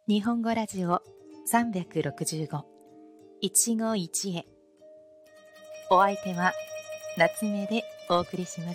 日本語ラジオ365一期一会。お相手は夏目でお送りします。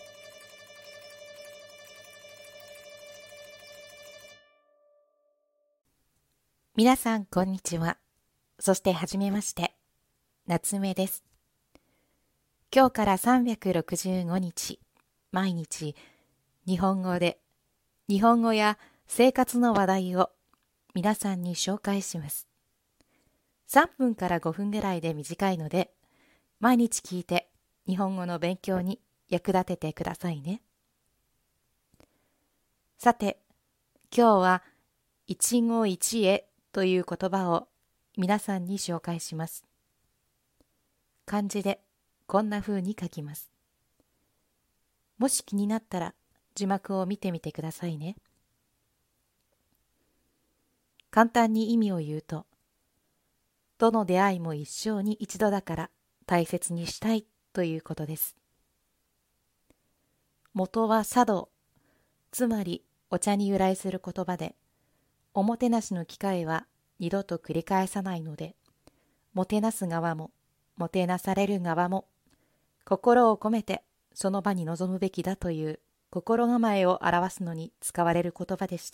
皆さんこんにちは。そしてはじめまして、夏目です。今日から365日毎日日本語で日本語や生活の話題を皆さんに紹介します。3分から5分ぐらいで短いので、毎日聞いて日本語の勉強に役立ててくださいね。さて、今日は一期一会という言葉を皆さんに紹介します。漢字でこんな風に書きます。もし気になったら字幕を見てみてくださいね。簡単に意味を言うと、どの出会いも一生に一度だから大切にしたいということです。元は茶道、つまりお茶に由来する言葉で、おもてなしの機会は二度と繰り返さないので、もてなす側ももてなされる側も心を込めてその場に臨むべきだという心構えを表すのに使われる言葉でした。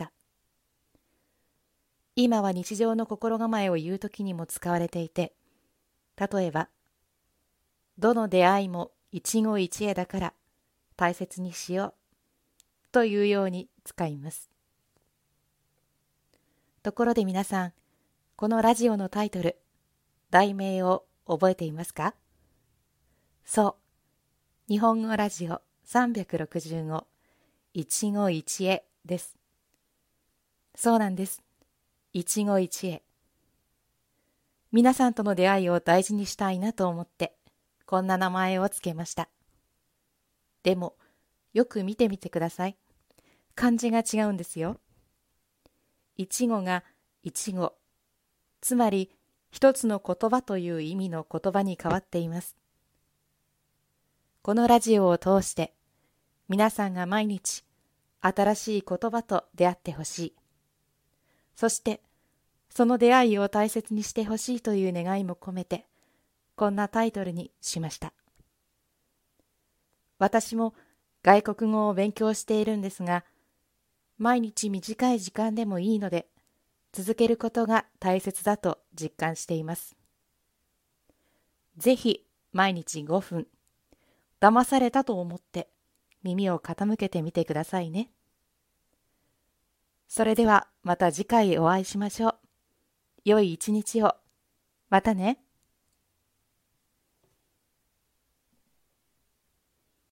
今は日常の心構えを言うときにも使われていて、例えば、どの出会いも一期一会だから大切にしようというように使います。ところで皆さん、このラジオのタイトル、題名を覚えていますか？そう、日本語ラジオ365一期一会です。そうなんです。一期一会。皆さんとの出会いを大事にしたいなと思って、こんな名前をつけました。でも、よく見てみてください。漢字が違うんですよ。一期が一期、つまり一つの言葉という意味の言葉に変わっています。このラジオを通して、皆さんが毎日新しい言葉と出会ってほしい。そして、その出会いを大切にしてほしいという願いも込めて、こんなタイトルにしました。私も外国語を勉強しているんですが、毎日短い時間でもいいので、続けることが大切だと実感しています。ぜひ毎日5分、騙されたと思って耳を傾けてみてくださいね。それではまた次回お会いしましょう。良い一日を。またね。